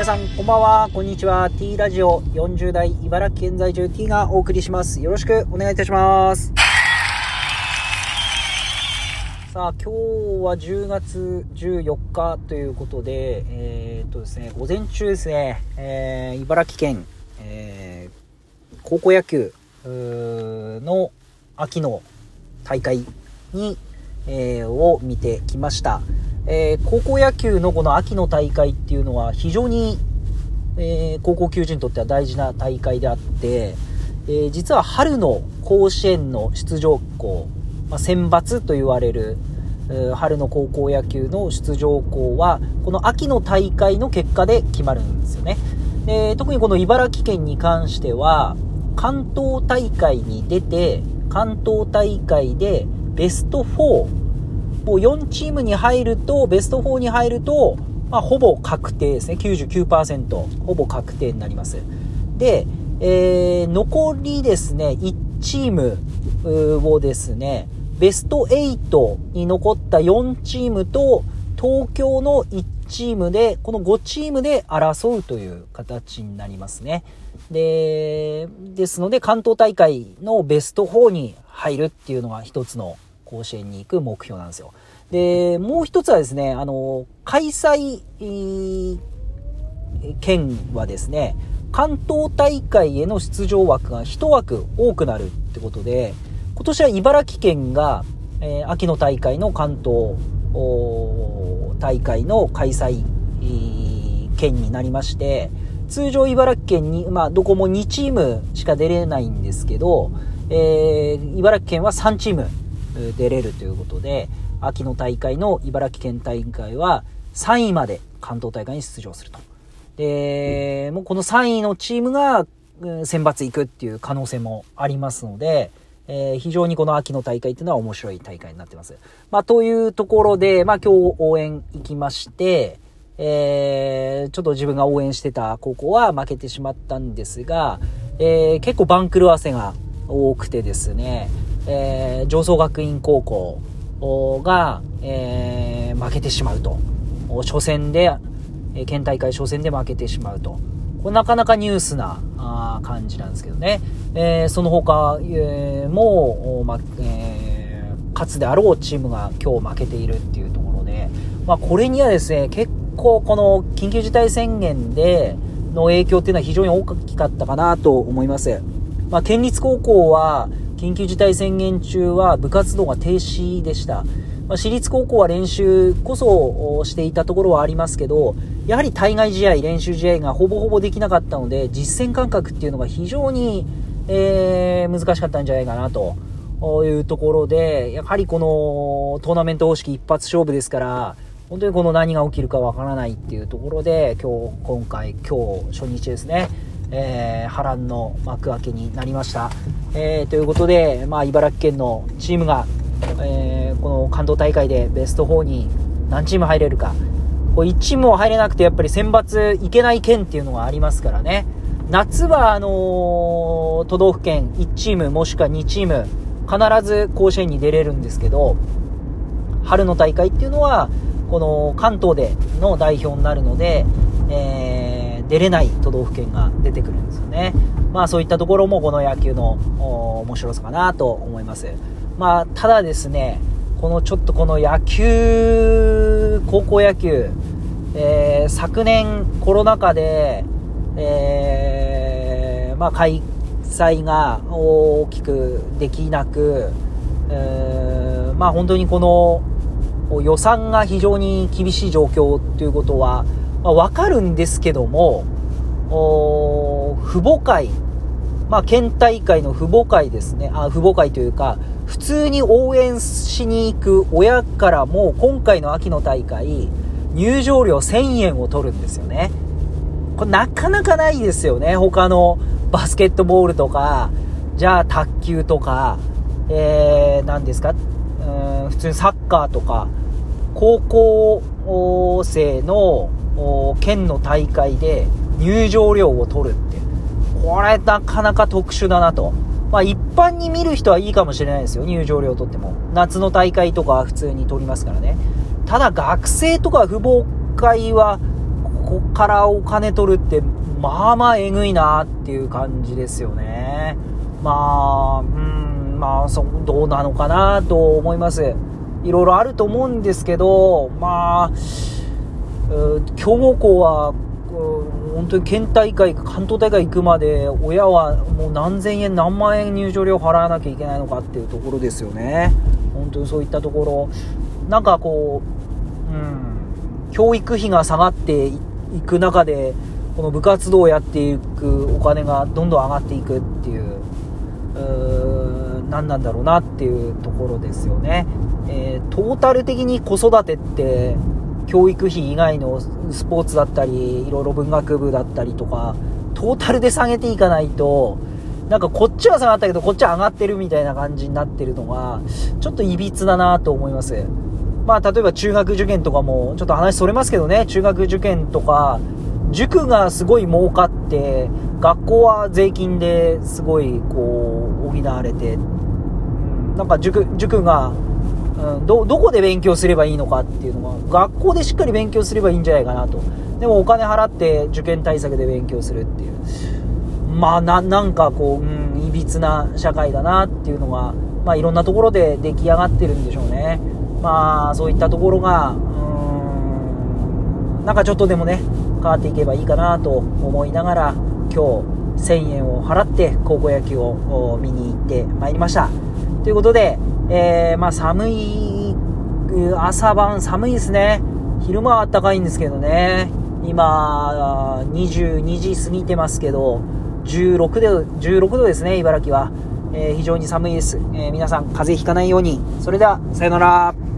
皆さんこんばんは、こんにちは。 T ラジオ40代茨城県在住 T がお送りします。よろしくお願いいたします。さあ、今日は10月14日ということで、ですね、午前中ですね、茨城県、高校野球の秋の大会に、を見てきました。高校野球のこの秋の大会っていうのは非常に、高校球児にとっては大事な大会であって、実は春の甲子園の出場校、選抜と言われる春の高校野球の出場校はこの秋の大会の結果で決まるんですよね。特にこの茨城県に関しては関東大会に出て、関東大会でベスト4、もう4チームに入ると、ベスト4に入ると、ほぼ確定ですね。 99% ほぼ確定になります。で、残りですね1チームをですね、ベスト8に残った4チームと東京の1チームで、この5チームで争うという形になりますね。ですので関東大会のベスト4に入るっていうのが一つの甲子園に行く目標なんですよ。で、もう一つはですね、開催県はですね、関東大会への出場枠が1枠多くなるってことで、今年は茨城県が、秋の大会の関東大会の開催県になりまして、通常茨城県に、どこも2チームしか出れないんですけど、茨城県は3チーム出れるということで、秋の大会の茨城県大会は3位まで関東大会に出場すると。で、もうこの3位のチームが選抜行くっていう可能性もありますので、非常にこの秋の大会っていうのは面白い大会になってます。というところで、今日応援行きまして、ちょっと自分が応援してた高校は負けてしまったんですが、結構番狂わせが多くてですね、常総学院高校が、負けてしまうと。初戦で、県大会初戦で負けてしまうと。これなかなかニュースな感じなんですけどね。その他、も勝つであろうチームが今日負けているっていうところで、これにはですね、結構この緊急事態宣言での影響っていうのは非常に大きかったかなと思います。県立高校は緊急事態宣言中は部活動が停止でした。私立高校は練習こそしていたところはありますけど、やはり対外試合、練習試合がほぼほぼできなかったので、実戦感覚っていうのが非常に、難しかったんじゃないかなというところで、やはりこのトーナメント方式一発勝負ですから、本当にこの何が起きるかわからないっていうところで、今日初日ですね、波乱の幕開けになりました。ということで、茨城県のチームが、この関東大会でベスト4に何チーム入れるか。これ1チームも入れなくてやっぱり選抜いけない県っていうのがありますからね。夏は都道府県1チームもしくは2チーム必ず甲子園に出れるんですけど、春の大会っていうのはこの関東での代表になるので、出れない都道府県が出てくるんですよね。そういったところもこの野球の面白さかなと思います。ただですね、この野球、高校野球、昨年コロナ禍で、開催が大きくできなく、本当にこの予算が非常に厳しい状況ということは、わかるんですけども、父母会、県大会の父母会ですね。父母会というか、普通に応援しに行く親からも今回の秋の大会入場料1000円を取るんですよね。これなかなかないですよね。他のバスケットボールとか、じゃあ卓球とか、何ですか、普通にサッカーとか、高校生の県の大会で入場料を取るって、これなかなか特殊だなと。一般に見る人はいいかもしれないですよ。入場料取っても夏の大会とかは普通に取りますからね。ただ学生とか父母会はこからお金取るってまあまあえぐいなっていう感じですよね。どうなのかなと思います。いろいろあると思うんですけど、強豪校は本当に県大会関東大会行くまで親はもう何千円何万円入場料払わなきゃいけないのかっていうところですよね。本当にそういったところなんかこう、教育費が下がっていく中でこの部活動をやっていくお金がどんどん上がっていくっていう何なんだろうなっていうところですよね。トータル的に子育てって教育費以外のスポーツだったりいろいろ文学部だったりとかトータルで下げていかないとなんかこっちは下がったけどこっちは上がってるみたいな感じになってるのがちょっといびつだなと思います。例えば中学受験とかもちょっと話それますけどね、中学受験とか塾がすごい儲かって学校は税金ですごいこう補われて、なんか塾がどこで勉強すればいいのかっていうのは学校でしっかり勉強すればいいんじゃないかなと。でもお金払って受験対策で勉強するっていうなんかこう、いびつな社会だなっていうのがいろんなところで出来上がってるんでしょうね。そういったところがなんかちょっとでもね変わっていけばいいかなと思いながら今日1000円を払って高校野球を見に行ってまいりましたということで、寒い朝晩寒いですね。昼間は暖かいんですけどね、今22時過ぎてますけど16度ですね。茨城は、非常に寒いです。皆さん風邪ひかないように。それではさよなら。